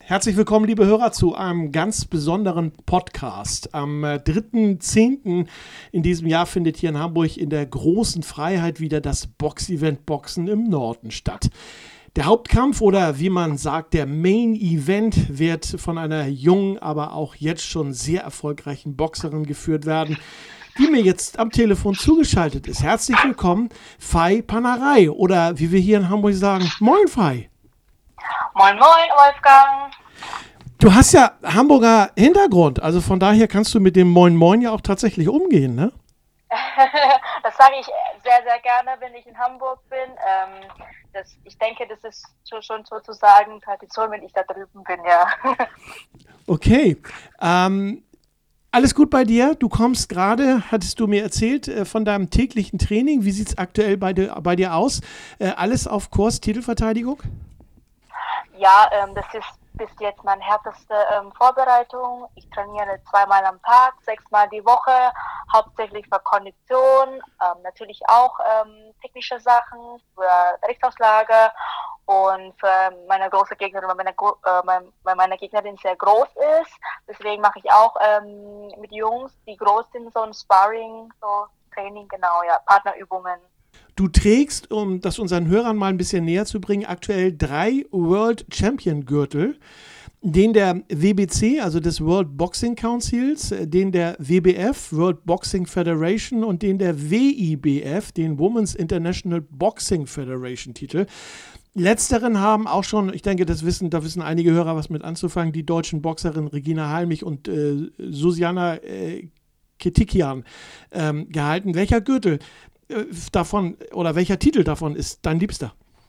Herzlich willkommen, liebe Hörer, zu einem ganz besonderen Podcast. Am 3.10. in diesem Jahr findet hier in Hamburg in der großen Freiheit wieder das Box-Event Boxen im Norden statt. Der Hauptkampf oder wie man sagt, der Main Event wird von einer jungen, aber auch jetzt schon sehr erfolgreichen Boxerin geführt werden, die mir jetzt am Telefon zugeschaltet ist. Herzlich willkommen, Fay Panerai, oder wie wir hier in Hamburg sagen, moin Fay. Moin, moin, Wolfgang. Du hast ja Hamburger Hintergrund, also von daher kannst du mit dem Moin Moin ja auch tatsächlich umgehen, ne? Das sage ich sehr, sehr gerne, wenn ich in Hamburg bin. Ich denke, das ist schon sozusagen Tradition, wenn ich da drüben bin, ja. Okay. Alles gut bei dir? Du kommst gerade, hattest du mir erzählt, von deinem täglichen Training. Wie sieht es aktuell bei dir aus? Alles auf Kurs Titelverteidigung? Ja, das ist bis jetzt meine härteste Vorbereitung. Ich trainiere 2-mal am Tag, 6-mal die Woche, hauptsächlich für Kondition, natürlich auch technische Sachen, für Rechtsauslage und für meine große Gegnerin, weil meine Gegnerin sehr groß ist. Deswegen mache ich auch mit Jungs, die groß sind, so ein Sparring, so Training, genau, ja, Partnerübungen. Du trägst, um das unseren Hörern mal ein bisschen näher zu bringen, aktuell 3 World Champion Gürtel. Den der WBC, also des World Boxing Councils, den der WBF, World Boxing Federation, und den der WIBF, den Women's International Boxing Federation Titel. Letzteren haben auch schon, ich denke, da wissen einige Hörer was mit anzufangen, die deutschen Boxerinnen Regina Halmich und Susanna Ketikian gehalten. Welcher Gürtel davon oder welcher Titel davon ist dein Liebster?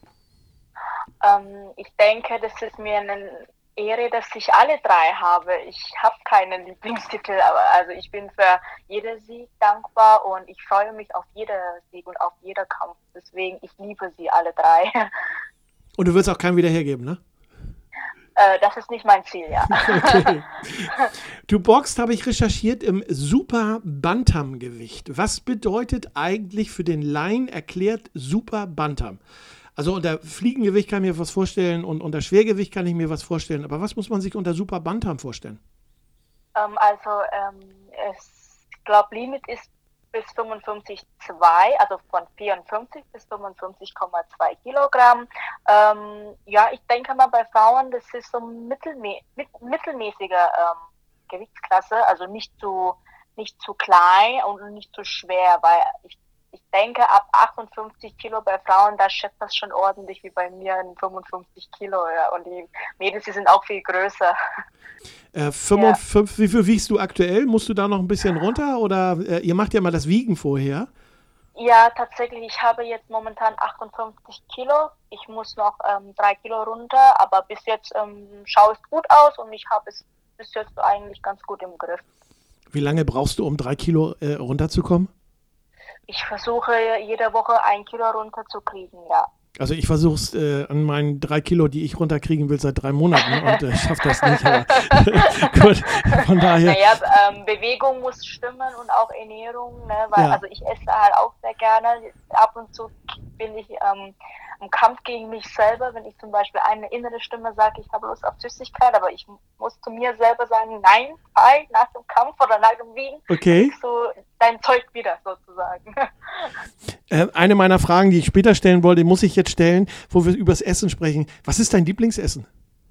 Ich denke, das ist mir eine Ehre, dass ich alle 3 habe. Ich habe keinen Lieblingstitel, aber also ich bin für jeden Sieg dankbar und ich freue mich auf jeden Sieg und auf jeden Kampf. Deswegen, ich liebe sie alle 3. Und du willst auch keinen wieder hergeben, ne? Das ist nicht mein Ziel, ja. Okay. Du boxt, habe ich recherchiert, im Super Bantam-Gewicht. Was bedeutet eigentlich für den Laien erklärt Super Bantam? Also unter Fliegengewicht kann ich mir was vorstellen und unter Schwergewicht kann ich mir was vorstellen. Aber was muss man sich unter Super Bantam vorstellen? Ich glaube, Limit ist bis 55,2, also von 54 bis 55,2 Kilogramm. Ja, ich denke mal bei Frauen, das ist so mittelmäßige Gewichtsklasse, also nicht zu klein und nicht zu schwer, weil ich denke, ab 58 Kilo bei Frauen, da schätzt das schon ordentlich wie bei mir in 55 Kilo. Ja. Und die Mädels, die sind auch viel größer. 55, ja. Wie viel wiegst du aktuell? Musst du da noch ein bisschen runter oder ihr macht ja mal das Wiegen vorher? Ja, tatsächlich. Ich habe jetzt momentan 58 Kilo. Ich muss noch 3 Kilo runter, aber bis jetzt schaue es gut aus und ich habe es bis jetzt eigentlich ganz gut im Griff. Wie lange brauchst du, um 3 Kilo runterzukommen? Ich versuche jede Woche 1 Kilo runterzukriegen, ja. Also ich versuche es an meinen 3 Kilo, die ich runterkriegen will, seit 3 Monaten und schaffe das nicht. Aber gut, von daher. Naja, Bewegung muss stimmen und auch Ernährung, ne? Weil Also ich esse halt auch sehr gerne. Ab und zu bin ich im Kampf gegen mich selber, wenn ich zum Beispiel eine innere Stimme sage, ich habe Lust auf Süßigkeit, aber ich muss zu mir selber sagen, nein, nach dem Kampf oder nach dem Wiegen, kriegst du dein Zeug wieder sozusagen. Eine meiner Fragen, die ich später stellen wollte, muss ich jetzt stellen, wo wir über das Essen sprechen. Was ist dein Lieblingsessen?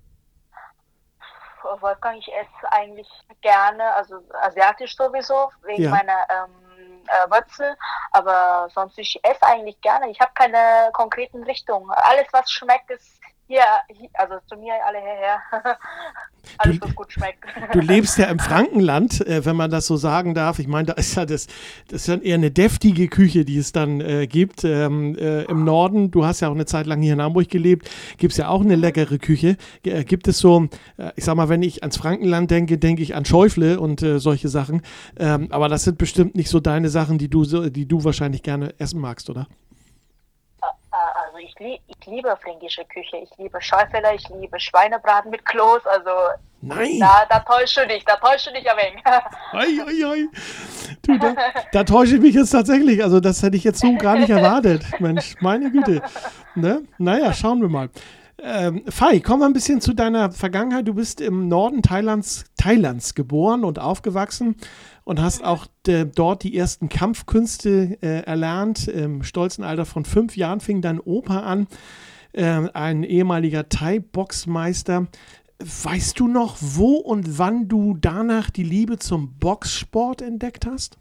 Wolfgang, ich esse eigentlich gerne, also asiatisch sowieso, wegen meiner Wurzel, aber sonst, ich esse eigentlich gerne. Ich habe keine konkreten Richtungen. Alles, was schmeckt, ist hier, also zu mir alle hierher. Alles, was gut schmeckt. Du lebst ja im Frankenland, wenn man das so sagen darf. Ich meine, da ist ja das ist dann eher eine deftige Küche, die es dann gibt. Im Norden, du hast ja auch eine Zeit lang hier in Hamburg gelebt, gibt es ja auch eine leckere Küche. Gibt es so, ich sag mal, wenn ich ans Frankenland denke, denke ich an Schäufle und solche Sachen. Aber das sind bestimmt nicht so deine Sachen, die du wahrscheinlich gerne essen magst, oder? Also ich liebe fränkische Küche, ich liebe Schäufele, ich liebe Schweinebraten mit Kloß, also nein. Da täuschst du dich ein wenig. Ei. Du, da täusche ich mich jetzt tatsächlich, also das hätte ich jetzt so gar nicht erwartet. Mensch, meine Güte. Ne? Naja, schauen wir mal. Fei, kommen wir ein bisschen zu deiner Vergangenheit. Du bist im Norden Thailands geboren und aufgewachsen und hast auch dort die ersten Kampfkünste erlernt. Im stolzen Alter von 5 Jahren fing dein Opa an, ein ehemaliger Thai-Boxmeister. Weißt du noch, wo und wann du danach die Liebe zum Boxsport entdeckt hast?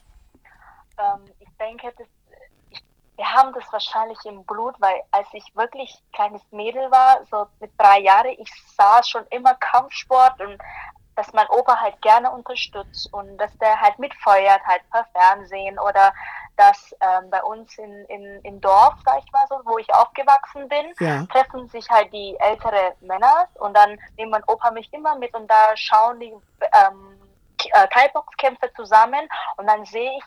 Ich denke, wir haben das wahrscheinlich im Blut, weil als ich wirklich kleines Mädel war, so mit 3 Jahren, ich sah schon immer Kampfsport und dass mein Opa halt gerne unterstützt und dass der halt mitfeuert, halt per Fernsehen oder dass bei uns im Dorf, sag ich mal so, wo ich aufgewachsen bin, treffen sich halt die ältere Männer und dann nimmt mein Opa mich immer mit und da schauen die Thai-Box-Kämpfe zusammen und dann sehe ich,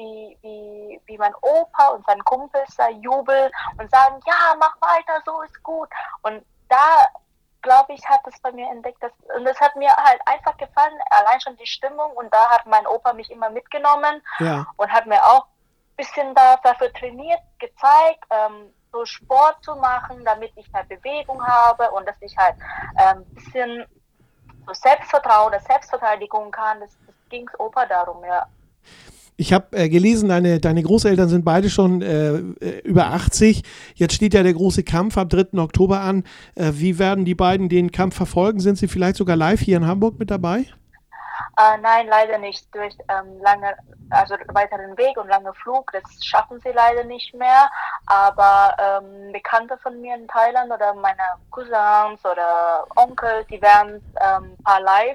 wie mein Opa und sein Kumpels da jubeln und sagen, ja, mach weiter, so ist gut. Und da, glaube ich, hat es bei mir entdeckt, und das hat mir halt einfach gefallen, allein schon die Stimmung und da hat mein Opa mich immer mitgenommen und hat mir auch ein bisschen dafür trainiert, gezeigt, so Sport zu machen, damit ich halt Bewegung habe und dass ich halt ein bisschen so Selbstvertrauen oder Selbstverteidigung kann, das ging Opa darum, ja. Ich habe gelesen, deine Großeltern sind beide schon über 80. Jetzt steht ja der große Kampf am 3. Oktober an. Wie werden die beiden den Kampf verfolgen? Sind sie vielleicht sogar live hier in Hamburg mit dabei? Nein, leider nicht. Durch weiteren Weg und lange Flug, das schaffen sie leider nicht mehr. Aber Bekannte von mir in Thailand oder meine Cousins oder Onkel, die werden ein paar live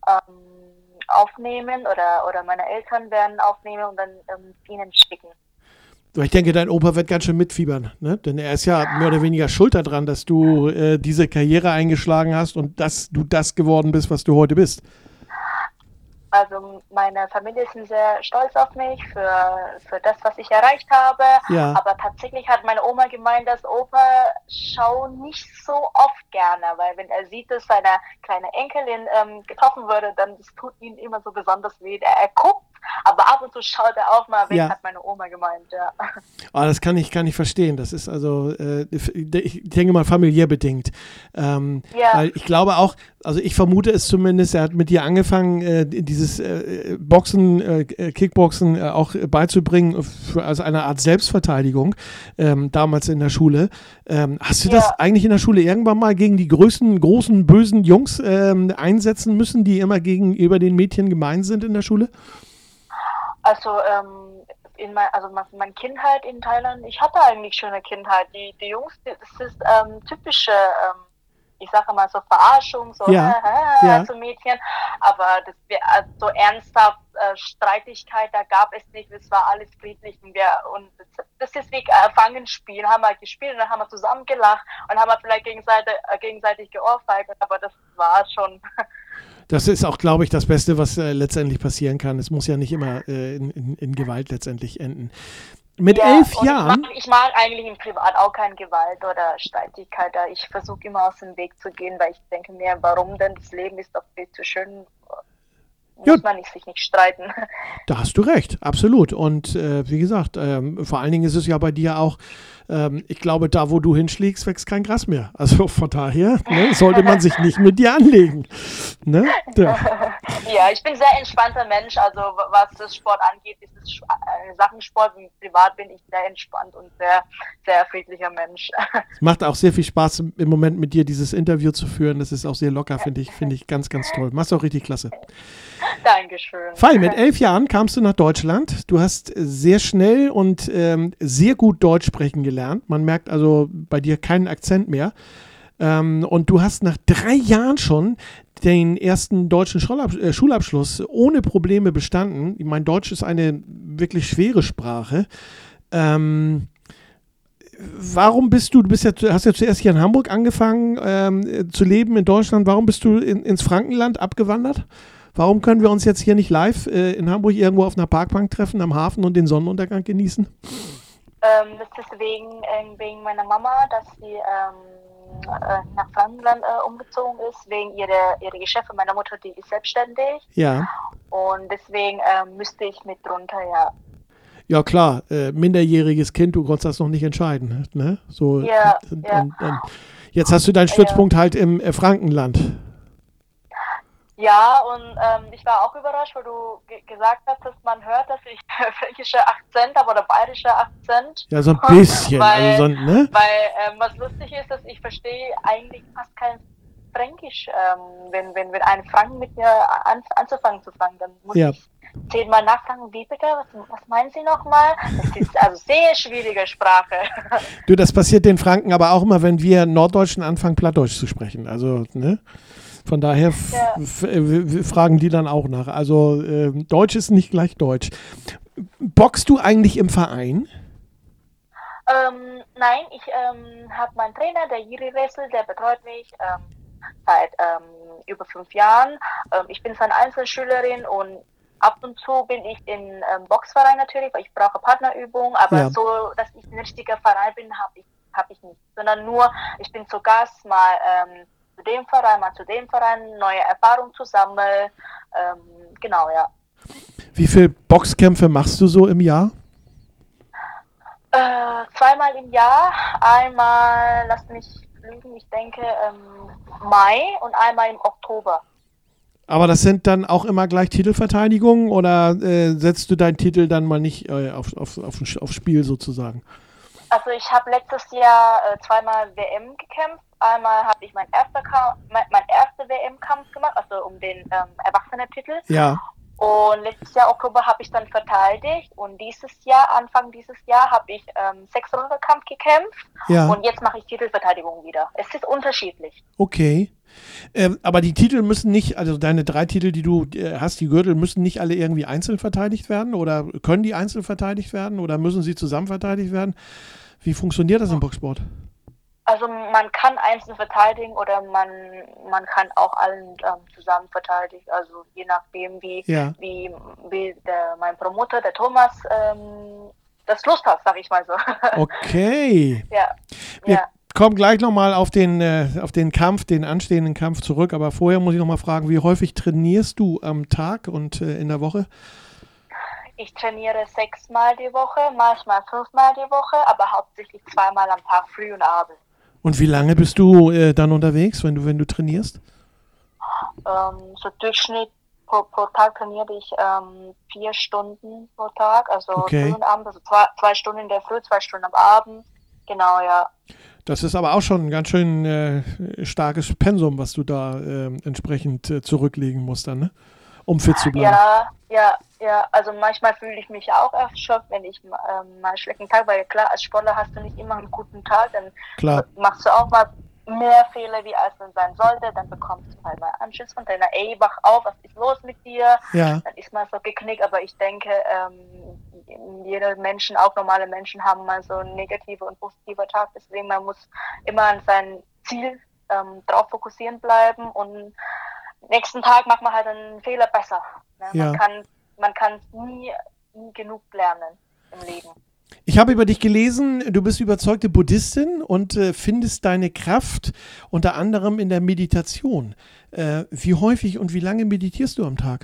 aufnehmen oder meine Eltern werden aufnehmen und dann ihnen schicken. Ich denke, dein Opa wird ganz schön mitfiebern, ne? Denn er ist ja mehr oder weniger schuld daran, dass du diese Karriere eingeschlagen hast und dass du das geworden bist, was du heute bist. Also meine Familie ist sehr stolz auf mich für das, was ich erreicht habe. Ja. Aber tatsächlich hat meine Oma gemeint, dass Opa schaut nicht so oft gerne, weil wenn er sieht, dass seine kleine Enkelin getroffen würde, dann das tut ihm immer so besonders weh. Er guckt, aber ab und zu schaut er auch mal weg, hat meine Oma gemeint. Ja. Oh, das kann ich verstehen. Das ist also, ich denke mal, familiär bedingt. Weil ich glaube auch, also ich vermute es zumindest, er hat mit dir angefangen, dieses Boxen, Kickboxen auch beizubringen, also eine Art Selbstverteidigung, damals in der Schule. Hast du das eigentlich in der Schule irgendwann mal gegen die großen, bösen Jungs einsetzen müssen, die immer gegenüber den Mädchen gemein sind in der Schule? Also meine Kindheit in Thailand, ich hatte eigentlich schon eine Kindheit. Die Jungs, das ist typische, ich sage mal so Verarschung, so zu Mädchen, aber so ernsthaft Streitigkeit, da gab es nicht, es war alles friedlich und das ist wie Fangenspiel, haben wir gespielt und dann haben wir zusammen gelacht und haben wir vielleicht gegenseitig geohrfeigt, aber das war schon. Das ist auch, glaube ich, das Beste, was letztendlich passieren kann. Es muss ja nicht immer in Gewalt letztendlich enden. Mit 11 Jahren... Ich mag eigentlich im Privat auch keine Gewalt oder Streitigkeit. Ich versuche immer aus dem Weg zu gehen, weil ich denke mir, warum denn? Das Leben ist doch viel zu schön. Muss man sich nicht streiten. Da hast du recht, absolut. Und wie gesagt, vor allen Dingen ist es ja bei dir auch, ich glaube, da wo du hinschlägst, wächst kein Gras mehr. Also von daher sollte man sich nicht mit dir anlegen. Ne? Ja, ich bin ein sehr entspannter Mensch. Also was das Sport angeht, ist es Sachensport. Privat bin ich sehr entspannt und sehr, sehr friedlicher Mensch. Es macht auch sehr viel Spaß im Moment mit dir dieses Interview zu führen. Das ist auch sehr locker, finde ich ganz, ganz toll. Machst auch richtig klasse. Dankeschön. Fei, mit 11 Jahren kamst du nach Deutschland. Du hast sehr schnell und sehr gut Deutsch sprechen gelernt. Man merkt also bei dir keinen Akzent mehr. Und du hast nach 3 Jahren schon den ersten deutschen Schulabschluss ohne Probleme bestanden. Ich meine, Deutsch ist eine wirklich schwere Sprache. Warum hast ja zuerst hier in Hamburg angefangen zu leben in Deutschland. Warum bist du ins Frankenland abgewandert? Warum können wir uns jetzt hier nicht live in Hamburg irgendwo auf einer Parkbank treffen, am Hafen und den Sonnenuntergang genießen? Das ist wegen meiner Mama, dass sie nach Frankenland umgezogen ist, wegen ihrer Geschäfte. Meine Mutter, die ist selbstständig. Ja. Und deswegen müsste ich mit drunter, ja. Ja klar, minderjähriges Kind, du konntest das noch nicht entscheiden. Ne? So, Jetzt hast du deinen Stützpunkt halt im Frankenland. Ja, und ich war auch überrascht, weil du gesagt hast, dass man hört, dass ich fränkischer Akzent habe oder bayerischer Akzent. Ja, so ein bisschen. weil, Also ne? was lustig ist, dass ich verstehe eigentlich fast kein Fränkisch. Wenn ein Franken mit mir anzufangen, dann muss ich 10-mal nachfragen, wie bitte, was meinen Sie nochmal? Das ist also sehr schwierige Sprache. Du, das passiert den Franken aber auch immer, wenn wir Norddeutschen anfangen, Plattdeutsch zu sprechen. Also, ne? Von daher fragen die dann auch nach. Also Deutsch ist nicht gleich Deutsch. Boxst du eigentlich im Verein? Nein, ich habe meinen Trainer, der Jiri Ressel, der betreut mich seit über 5 Jahren. Ich bin seine Einzelschülerin und ab und zu bin ich im Boxverein natürlich, weil ich brauche Partnerübungen, aber so, dass ich ein richtiger Verein bin, habe ich nicht. Sondern nur, ich bin zu Gast mal zu dem Verein, mal zu dem Verein, neue Erfahrungen zu sammeln. Genau, ja. Wie viele Boxkämpfe machst du so im Jahr? 2-mal im Jahr. Einmal, lass mich lügen, ich denke Mai und einmal im Oktober. Aber das sind dann auch immer gleich Titelverteidigungen oder setzt du deinen Titel dann mal nicht aufs Spiel sozusagen? Also ich habe letztes Jahr 2-mal WM gekämpft. Einmal habe ich mein erster WM-Kampf gemacht, also um den Erwachsenentitel. Ja. Und letztes Jahr Oktober habe ich dann verteidigt und Anfang dieses Jahr habe ich 6-Runden-Kampf gekämpft und jetzt mache ich Titelverteidigung wieder. Es ist unterschiedlich. Okay. Aber die Titel müssen nicht, also deine 3 Titel, die du hast, die Gürtel, müssen nicht alle irgendwie einzeln verteidigt werden oder können die einzeln verteidigt werden oder müssen sie zusammen verteidigt werden? Wie funktioniert das im Boxsport? Also man kann einzeln verteidigen oder man kann auch allen zusammen verteidigen. Also je nachdem, wie mein Promoter, der Thomas, das Lust hat, sag ich mal so. Okay. Wir kommen gleich nochmal auf den Kampf, den anstehenden Kampf zurück. Aber vorher muss ich nochmal fragen, wie häufig trainierst du am Tag und in der Woche? Ich trainiere 6-mal die Woche, manchmal 5-mal die Woche, aber hauptsächlich 2-mal am Tag, früh und abend. Und wie lange bist du dann unterwegs, wenn du trainierst? So Durchschnitt pro Tag trainiere ich 4 Stunden pro Tag, also früh und abend, also 2 Stunden in der Früh, 2 Stunden am Abend. Genau, ja. Das ist aber auch schon ein ganz schön starkes Pensum, was du da entsprechend zurücklegen musst dann, ne? Um fit zu bleiben. Ja. Also manchmal fühle ich mich auch erschöpft, wenn ich mal einen schlechten Tag, weil klar, als Sportler hast du nicht immer einen guten Tag, dann machst du auch mal mehr Fehler, wie als man sein sollte, dann bekommst du halt mal Anschiss von deiner, wach auf, was ist los mit dir? Ja. Dann ist man so geknickt, aber ich denke, jeder Menschen, auch normale Menschen, haben mal so einen negativen und positiven Tag, deswegen man muss immer an sein Ziel drauf fokussieren bleiben und nächsten Tag macht man halt einen Fehler besser. Ne? Ja. Man kann nie genug lernen im Leben. Ich habe über dich gelesen, du bist überzeugte Buddhistin und findest deine Kraft unter anderem in der Meditation. Wie häufig und wie lange meditierst du am Tag?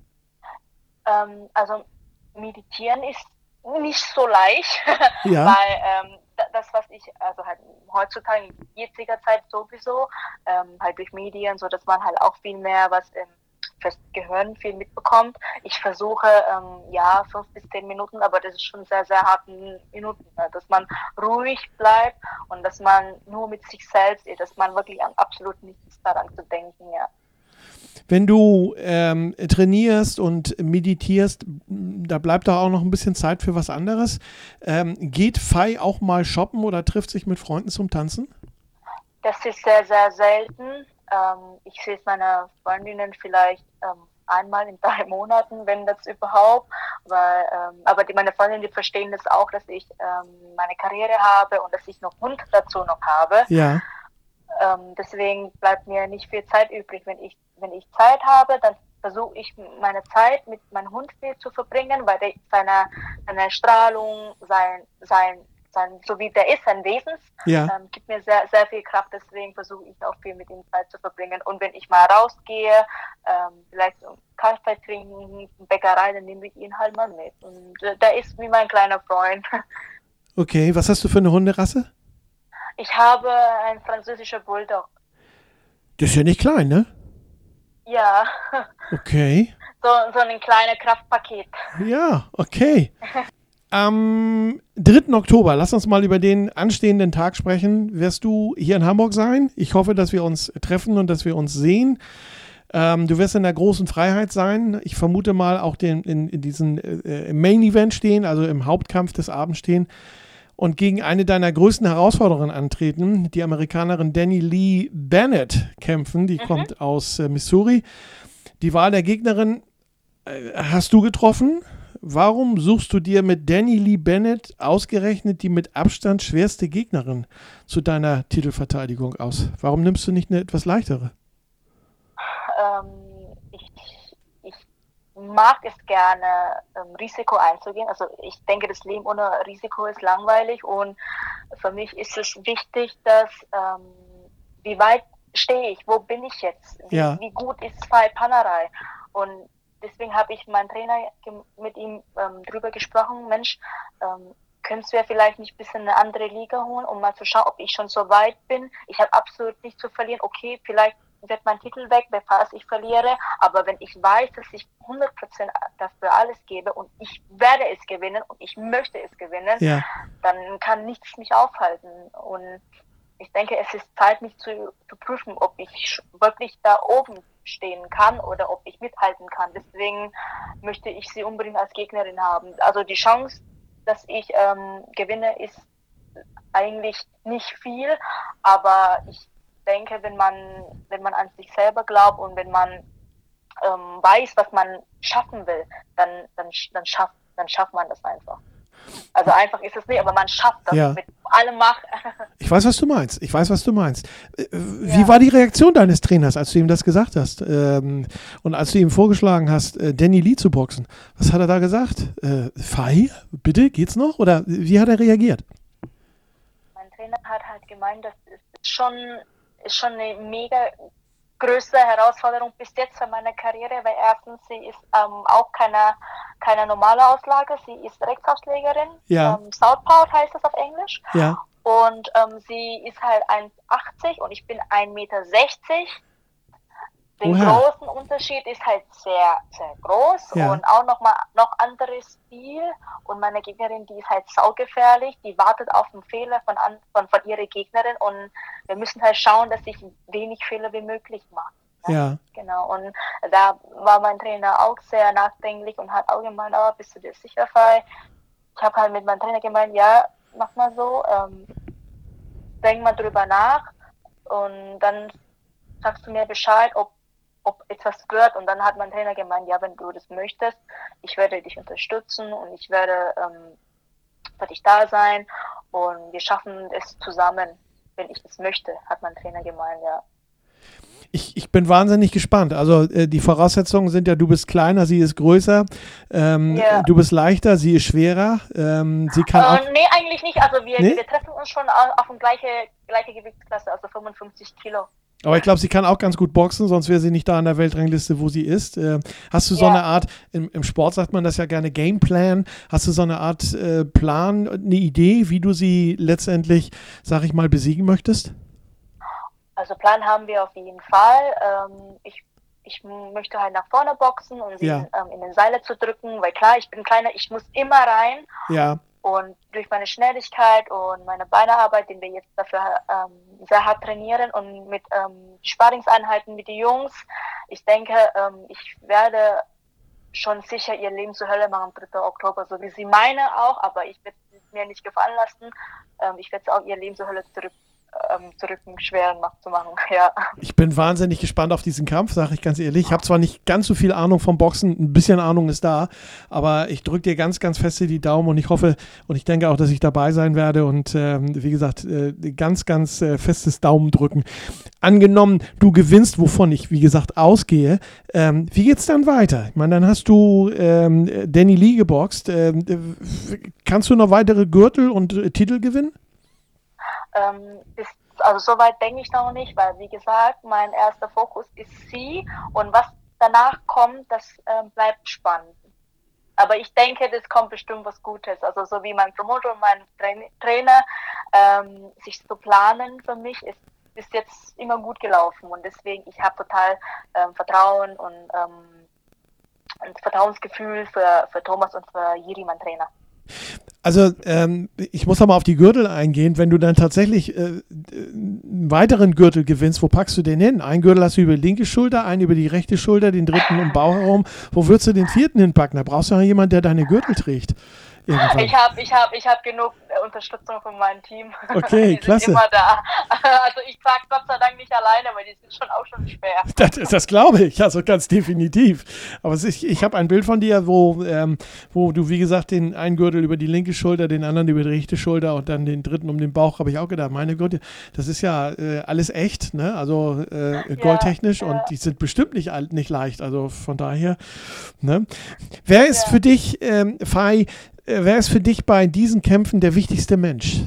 Also meditieren ist nicht so leicht, weil das, was ich, also halt heutzutage in jetziger Zeit sowieso, halt durch Medien, so dass man halt auch viel mehr was fürs Gehirn viel mitbekommt. Ich versuche, 5 bis 10 Minuten, aber das ist schon sehr, sehr harte Minuten, dass man ruhig bleibt und dass man nur mit sich selbst ist, dass man wirklich an absolut nichts daran zu denken, ja. Wenn du trainierst und meditierst, da bleibt doch auch noch ein bisschen Zeit für was anderes. Geht Fei auch mal shoppen oder trifft sich mit Freunden zum Tanzen? Das ist sehr, sehr selten. Ich sehe es meiner Freundinnen vielleicht einmal in 3 Monaten, wenn das überhaupt. Aber meine Freundinnen, die verstehen das auch, dass ich meine Karriere habe und dass ich noch Hund dazu noch habe. Ja. Deswegen bleibt mir nicht viel Zeit übrig. Wenn ich Zeit habe, dann versuche ich meine Zeit mit meinem Hund viel zu verbringen, weil seine Strahlung, sein so wie der ist, sein Wesens, gibt mir sehr, sehr viel Kraft. Deswegen versuche ich auch viel mit ihm Zeit zu verbringen. Und wenn ich mal rausgehe, vielleicht so einen Kaffee trinken, Bäckerei, dann nehme ich ihn halt mal mit. Und der ist wie mein kleiner Freund. Okay, was hast du für eine Hunderasse? Ich habe einen französischen Bulldog. Das ist ja nicht klein, ne? Ja, Okay. so ein kleines Kraftpaket. Ja, okay. Am 3. Oktober, lass uns mal über den anstehenden Tag sprechen. Wirst du hier in Hamburg sein? Ich hoffe, dass wir uns treffen und dass wir uns sehen. Du wirst in der großen Freiheit sein. Ich vermute mal auch in diesem Main Event stehen, also im Hauptkampf des Abends stehen und gegen eine deiner größten Herausfordererinnen antreten, die Amerikanerin Danny Lee Bennett kämpfen. Die kommt aus Missouri. Die Wahl der Gegnerin hast du getroffen. Warum suchst du dir mit Danny Lee Bennett ausgerechnet die mit Abstand schwerste Gegnerin zu deiner Titelverteidigung aus? Warum nimmst du nicht eine etwas leichtere? Ich mag es gerne, Risiko einzugehen. Also ich denke, das Leben ohne Risiko ist langweilig und für mich ist es wichtig, dass wie weit stehe ich, wo bin ich jetzt, wie gut ist Fight Panerai und deswegen habe ich meinen Trainer mit ihm drüber gesprochen, Mensch, könntest du ja vielleicht nicht ein bisschen eine andere Liga holen, um mal zu schauen, ob ich schon so weit bin. Ich habe absolut nichts zu verlieren. Okay, vielleicht wird mein Titel weg, falls ich verliere. Aber wenn ich weiß, dass ich 100% dafür alles gebe und ich werde es gewinnen und ich möchte es gewinnen, dann kann nichts mich aufhalten. Und ich denke, es ist Zeit, mich zu prüfen, ob ich wirklich da oben stehen kann oder ob ich mithalten kann. Deswegen möchte ich sie unbedingt als Gegnerin haben. Also die Chance, dass ich gewinne, ist eigentlich nicht viel, aber ich denke, wenn man an sich selber glaubt und wenn man weiß, was man schaffen will, dann schafft man das einfach. Also einfach ist es nicht, aber man schafft das mit allem Macht. Ich weiß, was du meinst. Wie war die Reaktion deines Trainers, als du ihm das gesagt hast? Und als du ihm vorgeschlagen hast, Danny Lee zu boxen? Was hat er da gesagt? Fei, bitte, geht's noch? Oder wie hat er reagiert? Mein Trainer hat halt gemeint, das ist schon eine mega größte Herausforderung bis jetzt für meine Karriere, weil erstens, sie ist auch keine normale Auslage, sie ist Rechtsauslegerin, Southpaw heißt das auf Englisch, und sie ist halt 1,80 und ich bin 1,60 Meter. Den großen Unterschied ist halt sehr, sehr groß und auch noch anderes Stil und meine Gegnerin, die ist halt saugefährlich, die wartet auf einen Fehler von ihrer Gegnerin und wir müssen halt schauen, dass ich wenig Fehler wie möglich mache. Ja. Genau, und da war mein Trainer auch sehr nachdenklich und hat auch gemeint, oh, bist du dir sicher, Fei? Ich habe halt mit meinem Trainer gemeint, ja, mach mal so, denk mal drüber nach und dann sagst du mir Bescheid, ob etwas wird und dann hat mein Trainer gemeint, ja, wenn du das möchtest, ich werde dich unterstützen und ich werde für dich da sein und wir schaffen es zusammen, wenn ich das möchte, hat mein Trainer gemeint, ja. Ich bin wahnsinnig gespannt. Also die Voraussetzungen sind ja, du bist kleiner, sie ist größer, du bist leichter, sie ist schwerer. Sie kann auch nee, eigentlich nicht. Also wir treffen uns schon auf dem gleiche Gewichtsklasse, also 55 Kilo. Aber ich glaube, sie kann auch ganz gut boxen, sonst wäre sie nicht da an der Weltrangliste, wo sie ist. Hast du so eine Art, im Sport sagt man das ja gerne, Gameplan, hast du so eine Art Plan, eine Idee, wie du sie letztendlich, sag ich mal, besiegen möchtest? Also Plan haben wir auf jeden Fall. Ich möchte halt nach vorne boxen und sie in den Seile zu drücken, weil klar, ich bin kleiner, ich muss immer rein. Ja. Und durch meine Schnelligkeit und meine Beinearbeit, den wir jetzt dafür sehr hart trainieren und mit Sparringseinheiten mit den Jungs, ich denke, ich werde schon sicher ihr Leben zur Hölle machen am 3. Oktober, so wie sie meine auch, aber ich werde es mir nicht gefallen lassen. Ich werde auch ihr Leben zur Hölle schwer zu machen, ja. Ich bin wahnsinnig gespannt auf diesen Kampf, sage ich ganz ehrlich. Ich habe zwar nicht ganz so viel Ahnung vom Boxen, ein bisschen Ahnung ist da, aber ich drücke dir ganz, ganz fest die Daumen und ich hoffe und ich denke auch, dass ich dabei sein werde und wie gesagt, ganz, ganz festes Daumen drücken. Angenommen, du gewinnst, wovon ich, wie gesagt, ausgehe, wie geht's dann weiter? Ich meine, dann hast du Danny Lee geboxt. Kannst du noch weitere Gürtel und Titel gewinnen? Also soweit denke ich noch nicht, weil wie gesagt, mein erster Fokus ist sie und was danach kommt, das bleibt spannend. Aber ich denke, das kommt bestimmt was Gutes. Also so wie mein Promoter und mein Trainer sich zu planen für mich ist bis jetzt immer gut gelaufen. Und deswegen, ich habe total Vertrauen und ein Vertrauensgefühl für Thomas und für Jiri, mein Trainer. Also ich muss aber auf die Gürtel eingehen. Wenn du dann tatsächlich einen weiteren Gürtel gewinnst, wo packst du den hin? Einen Gürtel hast du über die linke Schulter, einen über die rechte Schulter, den dritten um Bauch herum. Wo würdest du den vierten hinpacken? Da brauchst du ja jemanden, der deine Gürtel trägt. Irgendwann. Ich hab genug Unterstützung von meinem Team. Okay, die klasse. Sind immer da. Also ich trage Gott sei Dank nicht alleine, weil die sind schon auch schon schwer. Das glaube ich, also ganz definitiv. Aber ich habe ein Bild von dir, wo du, wie gesagt, den einen Gürtel über die linke Schulter, den anderen über die rechte Schulter und dann den dritten um den Bauch, habe ich auch gedacht, meine Güte, das ist ja alles echt, ne? Also goldtechnisch und die sind bestimmt nicht leicht, also von daher. Ne? Wer ist für dich, Fei, wer ist für dich bei diesen Kämpfen der wichtigste Mensch?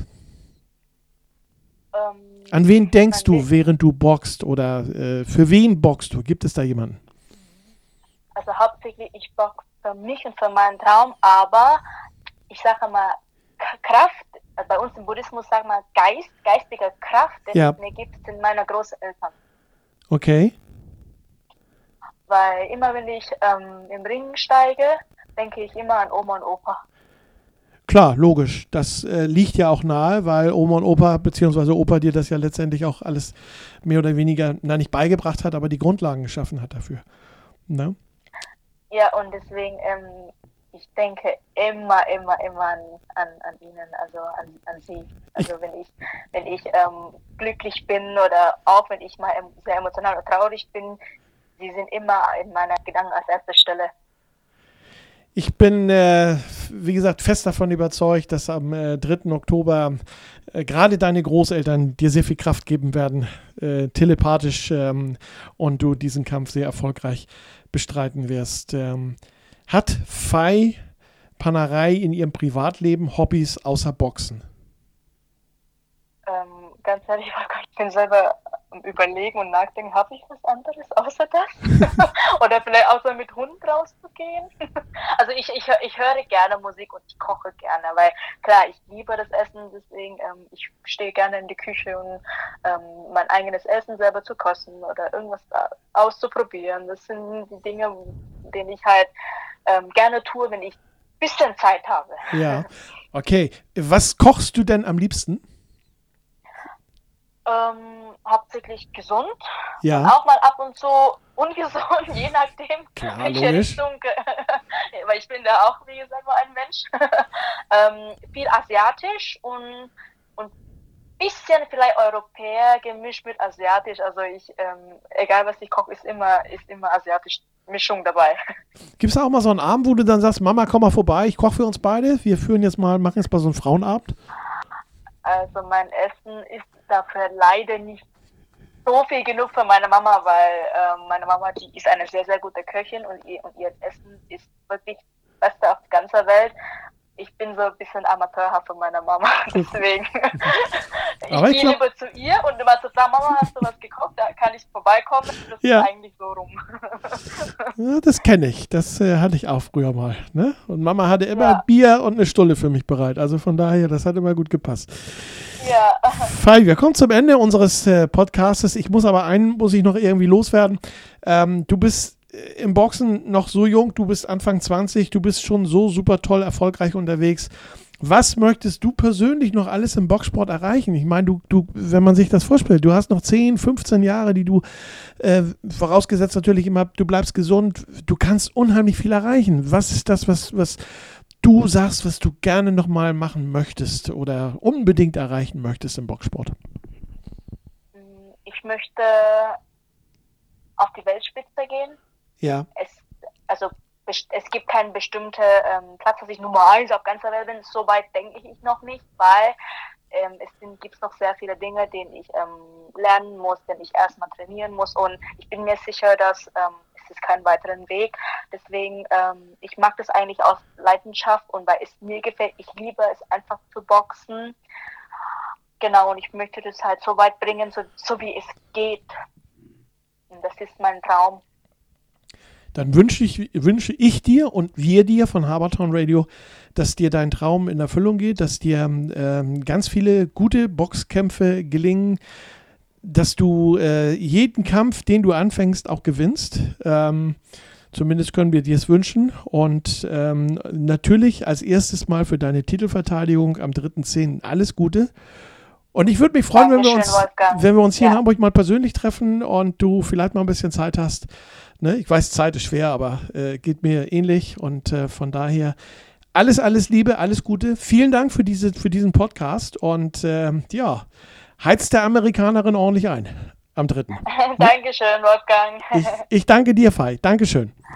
An wen denkst du, während du boxt oder für wen boxst du? Gibt es da jemanden? Also hauptsächlich ich boxe für mich und für meinen Traum, aber ich sage mal Kraft, bei uns im Buddhismus sagen wir geistige Kraft, die es mir gibt, sind meine Großeltern. Okay. Weil immer wenn ich im Ring steige, denke ich immer an Oma und Opa. Klar, logisch. Das liegt ja auch nahe, weil Oma und Opa, beziehungsweise Opa dir das ja letztendlich auch alles mehr oder weniger, nicht beigebracht hat, aber die Grundlagen geschaffen hat dafür. Ne? Ja, und deswegen, ich denke immer an ihnen, also an sie. Also wenn ich glücklich bin oder auch wenn ich mal sehr emotional oder traurig bin, sie sind immer in meiner Gedanken als erste Stelle. Ich bin, wie gesagt, fest davon überzeugt, dass am 3. Oktober gerade deine Großeltern dir sehr viel Kraft geben werden, telepathisch, und du diesen Kampf sehr erfolgreich bestreiten wirst. Hat Fei Panerei in ihrem Privatleben Hobbys außer Boxen? Ganz ehrlich, ich bin selber am Überlegen und nachdenken, habe ich was anderes außer das? Oder vielleicht außer mit Hund rauszugehen? Also ich höre gerne Musik und ich koche gerne, weil klar, ich liebe das Essen, deswegen ich stehe gerne in die Küche und mein eigenes Essen selber zu kosten oder irgendwas auszuprobieren. Das sind die Dinge, die ich halt gerne tue, wenn ich ein bisschen Zeit habe. Ja, okay. Was kochst du denn am liebsten? Hauptsächlich gesund, ja. Und auch mal ab und zu ungesund, je nachdem, klar, welche logisch. Richtung, weil ich bin da auch, wie gesagt, nur ein Mensch. Viel asiatisch und bisschen vielleicht Europäer gemischt mit asiatisch, also egal was ich koche, ist immer asiatisch Mischung dabei. Gibt es auch mal so einen Abend, wo du dann sagst, Mama, komm mal vorbei, ich koche für uns beide, machen jetzt mal so einen Frauenabend? Also mein Essen ist dafür leider nicht so viel genug für meine Mama, weil meine Mama, die ist eine sehr, sehr gute Köchin und ihr Essen ist wirklich das Beste auf der ganzen Welt. Ich bin so ein bisschen amateurhaft von meiner Mama, deswegen ich gehe lieber zu ihr und immer zu sagen, Mama, hast du was gekocht, da kann ich vorbeikommen, das ist eigentlich so rum. Ja, das kenne ich, das hatte ich auch früher mal, ne? Und Mama hatte immer Bier und eine Stulle für mich bereit, also von daher, das hat immer gut gepasst. Ja. Fei, wir kommen zum Ende unseres Podcastes, muss ich noch irgendwie loswerden. Du bist im Boxen noch so jung, du bist Anfang 20, du bist schon so super toll erfolgreich unterwegs. Was möchtest du persönlich noch alles im Boxsport erreichen? Ich meine, du, wenn man sich das vorstellt, du hast noch 10, 15 Jahre, die du, vorausgesetzt natürlich immer, du bleibst gesund, du kannst unheimlich viel erreichen. Was ist das, was du sagst, was du gerne nochmal machen möchtest oder unbedingt erreichen möchtest im Boxsport? Ich möchte auf die Weltspitze gehen. Ja. Es gibt keinen bestimmten Platz, dass ich Nummer 1 auf ganzer Welt bin. So weit denke ich noch nicht, weil gibt noch sehr viele Dinge, die ich lernen muss, die ich erstmal trainieren muss. Und ich bin mir sicher, dass es ist kein weiteren Weg. Deswegen, ich mag das eigentlich aus Leidenschaft und weil es mir gefällt. Ich liebe es einfach zu boxen. Genau, und ich möchte das halt so weit bringen, so wie es geht. Und das ist mein Traum. dann wünsche ich dir und wir dir von Habertown Radio, dass dir dein Traum in Erfüllung geht, dass dir ganz viele gute Boxkämpfe gelingen, dass du jeden Kampf, den du anfängst, auch gewinnst. Zumindest können wir dir es wünschen. Und natürlich als erstes Mal für deine Titelverteidigung am 3.10. alles Gute. Und ich würde mich freuen, wenn wir uns hier in Hamburg mal persönlich treffen und du vielleicht mal ein bisschen Zeit hast. Ne? Ich weiß, Zeit ist schwer, aber geht mir ähnlich. Und von daher alles Liebe, alles Gute. Vielen Dank für diesen Podcast. Und heizt der Amerikanerin ordentlich ein am 3. Dankeschön, Wolfgang. Ich danke dir, Fei. Dankeschön.